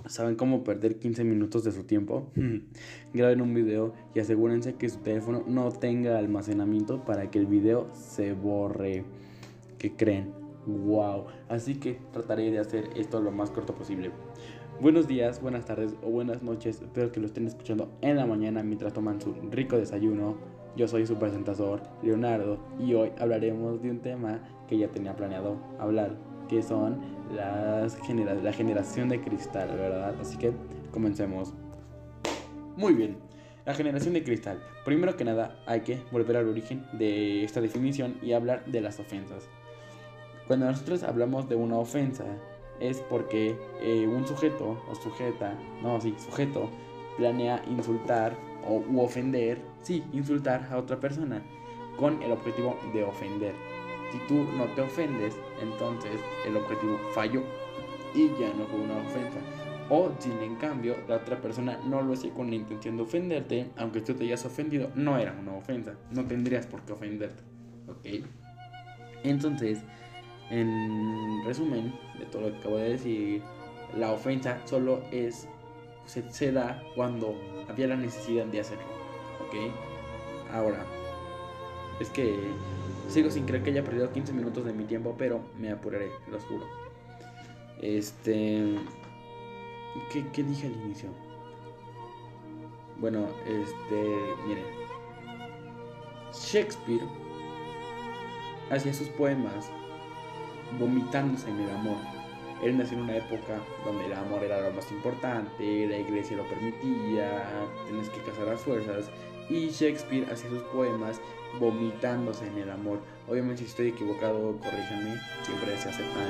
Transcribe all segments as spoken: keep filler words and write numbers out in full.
¿Saben cómo perder quince minutos de su tiempo? Graben un video y asegúrense que su teléfono no tenga almacenamiento para que el video se borre. ¿Qué creen? ¡Wow! Así que trataré de hacer esto lo más corto posible. Buenos días, buenas tardes o buenas noches. Espero que lo estén escuchando en la mañana mientras toman su rico desayuno. Yo soy su presentador, Leonardo, y hoy hablaremos de un tema que ya tenía planeado hablar, que son las genera- la generación de cristal, ¿verdad? Así que comencemos. Muy bien, la generación de cristal. Primero que nada, hay que volver al origen de esta definición y hablar de las ofensas. Cuando nosotros hablamos de una ofensa, es porque eh, un sujeto o sujeta, no, sí, sujeto, planea insultar o u ofender, sí, insultar a otra persona con el objetivo de ofender. Si tú no te ofendes, entonces el objetivo falló y ya no fue una ofensa. O si en cambio la otra persona no lo hacía con la intención de ofenderte, aunque tú te hayas ofendido, no era una ofensa. No tendrías por qué ofenderte. ¿Ok? Entonces, en resumen de todo lo que acabo de decir, la ofensa solo es se, se da cuando había la necesidad de hacerlo. ¿Ok? Ahora, es que sigo sin creer que haya perdido quince minutos de mi tiempo, pero me apuraré, lo juro. Este... ¿Qué, qué dije al inicio? Bueno, este... Miren. Shakespeare hacía sus poemas vomitándose en el amor. Él nació en una época donde el amor era lo más importante, la iglesia lo permitía, tienes que casar a fuerzas, y Shakespeare hacía sus poemas vomitándose en el amor. Obviamente si estoy equivocado, corríjanme, siempre se aceptan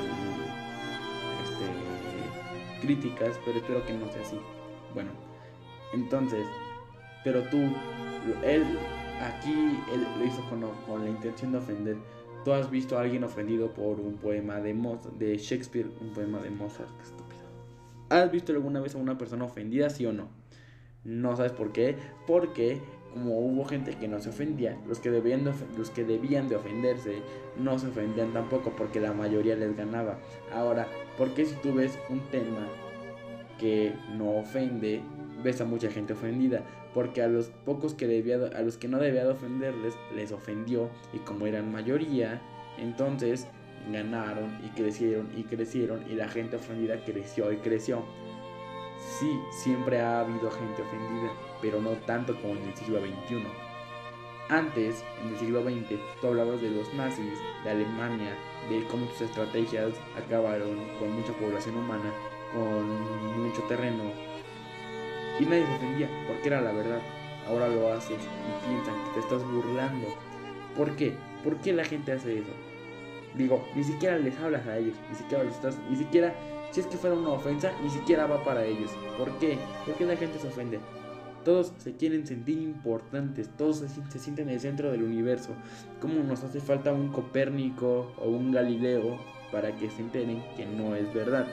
este, críticas, pero espero que no sea así. Bueno, entonces, pero tú, él, aquí, él lo hizo con, con la intención de ofender. ¿Tú has visto a alguien ofendido por un poema de, Mo- de Shakespeare? Un poema de Mozart, qué estúpido. ¿Has visto alguna vez a una persona ofendida, sí o no? No sabes por qué. Porque como hubo gente que no se ofendía, los que debían de, of- los que debían de ofenderse no se ofendían tampoco porque la mayoría les ganaba. Ahora, ¿por qué si tú ves un tema que no ofende, ves a mucha gente ofendida? Porque a los pocos que debía, a los que no debía de ofenderles, les ofendió, y como eran mayoría, entonces ganaron y crecieron y crecieron y la gente ofendida creció y creció. Sí, siempre ha habido gente ofendida, pero no tanto como en el siglo veintiuno. Antes, en el siglo veinte, tú hablabas de los nazis, de Alemania, de cómo sus estrategias acabaron con mucha población humana, con mucho terreno, y nadie se ofendía porque era la verdad. Ahora lo haces y piensan que te estás burlando. ¿Por qué? ¿Por qué la gente hace eso? Digo, ni siquiera les hablas a ellos, ni siquiera les estás, ni siquiera, si es que fuera una ofensa, ni siquiera va para ellos. ¿Por qué? ¿Por qué la gente se ofende? Todos se quieren sentir importantes, todos se, se sienten en el centro del universo. ¿Cómo nos hace falta un Copérnico o un Galileo para que se enteren que no es verdad?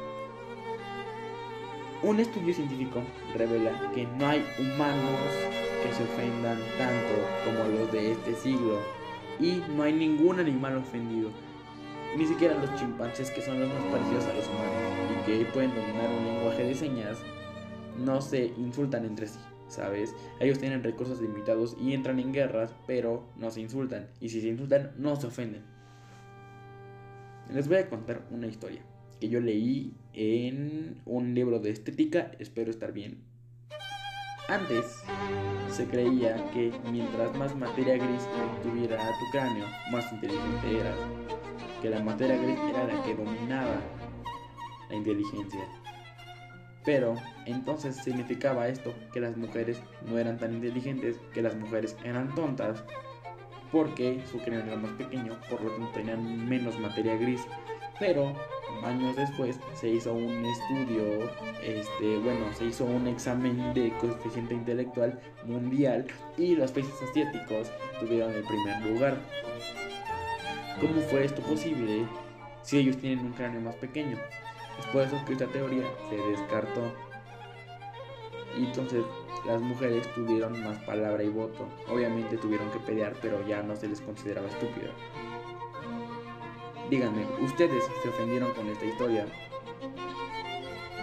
Un estudio científico revela que no hay humanos que se ofendan tanto como los de este siglo, y no hay ningún animal ofendido, ni siquiera los chimpancés, que son los más parecidos a los humanos y que pueden dominar un lenguaje de señas, no se insultan entre sí, ¿sabes? Ellos tienen recursos limitados y entran en guerras, pero no se insultan, y si se insultan no se ofenden. Les voy a contar una historia que yo leí en un libro de estética, espero estar bien. Antes se creía que mientras más materia gris tuviera tu cráneo, más inteligente eras. Que la materia gris era la que dominaba la inteligencia. Pero entonces significaba esto que las mujeres no eran tan inteligentes, que las mujeres eran tontas, porque su cráneo era más pequeño, por lo tanto tenían menos materia gris. Pero años después se hizo un estudio, este, bueno, se hizo un examen de coeficiente intelectual mundial y los países asiáticos tuvieron el primer lugar. ¿Cómo fue esto posible si ellos tienen un cráneo más pequeño? Después de eso, que esta teoría se descartó, y entonces las mujeres tuvieron más palabra y voto. Obviamente tuvieron que pelear, pero ya no se les consideraba estúpido. Díganme, ¿ustedes se ofendieron con esta historia?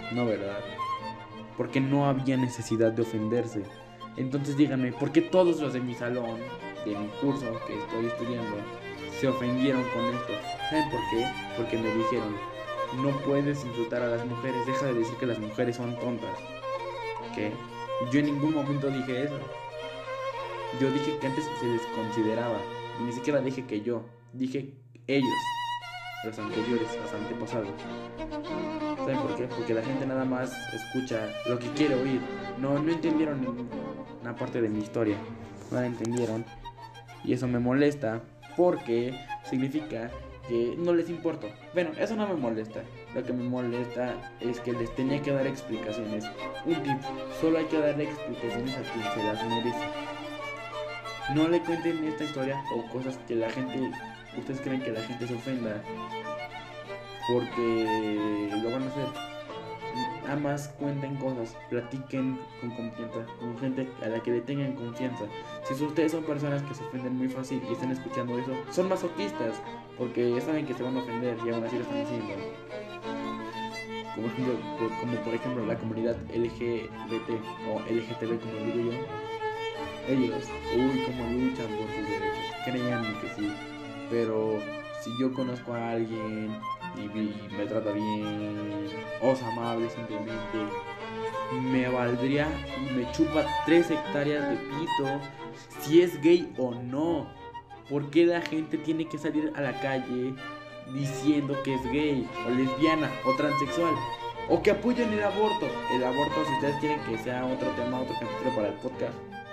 No, ¿verdad? Porque no había necesidad de ofenderse. Entonces díganme, ¿por qué todos los de mi salón, de mi curso que estoy estudiando, se ofendieron con esto? ¿Saben por qué? Porque me dijeron, no puedes insultar a las mujeres, deja de decir que las mujeres son tontas. ¿Qué? Yo en ningún momento dije eso. Yo dije que antes se les consideraba, y ni siquiera dije que yo, dije ellos, los anteriores, los antepasados. ¿Saben por qué? Porque la gente nada más escucha lo que quiere oír. No, no entendieron una parte de mi historia. No la entendieron. Y eso me molesta porque significa que no les importo. Bueno, eso no me molesta. Lo que me molesta es que les tenía que dar explicaciones. Un tip, solo hay que darle explicaciones a quien se las merece. No le cuenten esta historia o cosas que la gente, ustedes creen que la gente se ofenda porque lo van a hacer. Nada más cuenten cosas, platiquen con confianza, con gente a la que le tengan confianza. Si ustedes son personas que se ofenden muy fácil y están escuchando eso, son masoquistas, porque saben que se van a ofender y aún así lo están haciendo. Como, ejemplo, como por ejemplo la comunidad L G B T o L G T B como digo yo. Ellos, uy, cómo luchan por sus derechos, créanme que sí. Pero si yo conozco a alguien y, y me trata bien, o es amable simplemente, me valdría, me chupa tres hectáreas de pito si es gay o no. ¿Por qué la gente tiene que salir a la calle diciendo que es gay, o lesbiana, o transexual? O que apoyen el aborto. El aborto, si ustedes quieren que sea otro tema, otro capítulo para el podcast,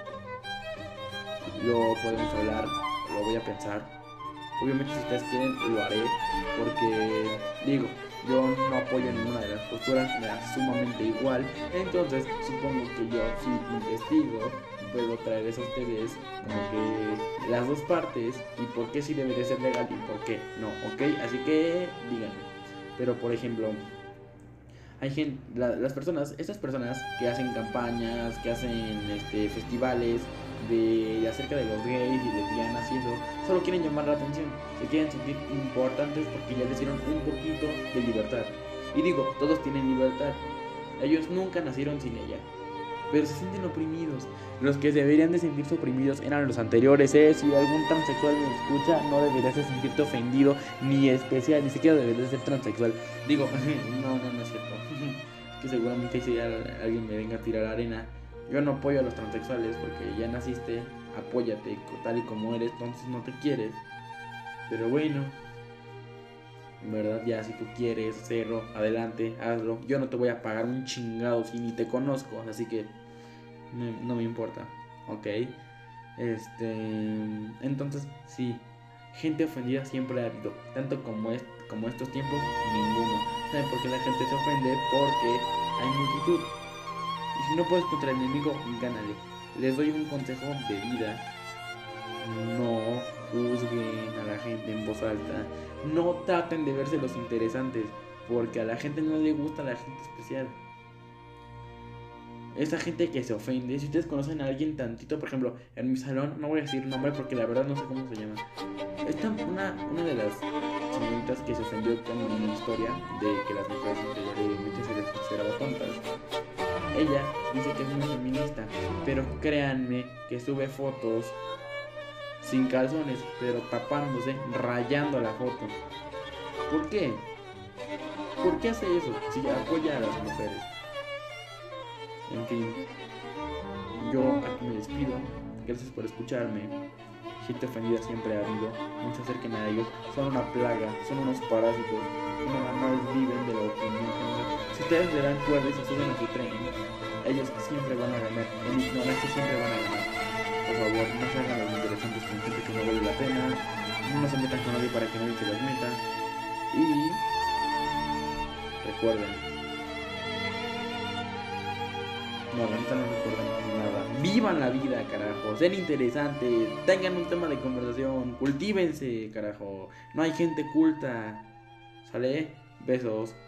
lo podemos hablar, lo voy a pensar. Obviamente si ustedes quieren lo haré, porque digo, yo no apoyo ninguna de las posturas, me da sumamente igual. Entonces supongo que yo, si investigo, puedo traerles a ustedes como que las dos partes y por qué sí debe de ser legal y por qué no, ¿ok? Así que díganme. Pero por ejemplo, hay gente, la, las personas, estas personas que hacen campañas, que hacen este, festivales de acerca de los gays y lesbianas y eso, solo quieren llamar la atención, se quieren sentir importantes porque ya les dieron un poquito de libertad. Y digo, todos tienen libertad, ellos nunca nacieron sin ella, pero se sienten oprimidos. Los que deberían de sentirse oprimidos eran los anteriores, ¿eh? Si algún transexual me escucha, no deberías de sentirte ofendido, ni especial, ni siquiera deberías de ser transexual. Digo, no, no, no es cierto. Que seguramente si alguien me venga a tirar arena. Yo no apoyo a los transexuales porque ya naciste, apóyate tal y como eres, entonces no te quieres. Pero bueno, en verdad ya si tú quieres hacerlo, adelante, hazlo. Yo no te voy a pagar un chingado si ni te conozco, así que no, no me importa, ¿ok? Este, entonces sí, gente ofendida siempre ha habido, tanto como, es, como estos tiempos, ninguno. ¿Saben por qué la gente se ofende? Porque hay multitud. Y si no puedes contra el enemigo, gánale. Les doy un consejo de vida. No juzguen a la gente en voz alta. No traten de verse los interesantes, porque a la gente no le gusta la gente especial. Esa gente que se ofende, si ustedes conocen a alguien tantito, por ejemplo, en mi salón, no voy a decir nombre porque la verdad no sé cómo se llama. Esta, una, una de las señoritas que se ofendió con mi historia de que las mujeres anteriormente se les consideraba tontas. Ella dice que es una feminista, pero créanme que sube fotos sin calzones, pero tapándose, rayando la foto. ¿Por qué? ¿Por qué hace eso? Si apoya a las mujeres. En fin, yo aquí me despido. Gracias por escucharme. Gente ofendida siempre ha habido. No se acerquen a ellos. Son una plaga, son unos parásitos. Nada más viven de la opinión general. Si ustedes le dan cuerda y se suben a su tren, ellos siempre van a ganar. En ignorancia siempre van a ganar. Por favor, no se hagan los interesantes con gente que no vale la pena. No se metan con nadie para que nadie se los meta. Y recuerden, no, la neta no recuerdan nada. Vivan la vida, carajo. Sean interesantes. Tengan un tema de conversación. Cultívense, carajo. No hay gente culta. ¿Sale? Besos.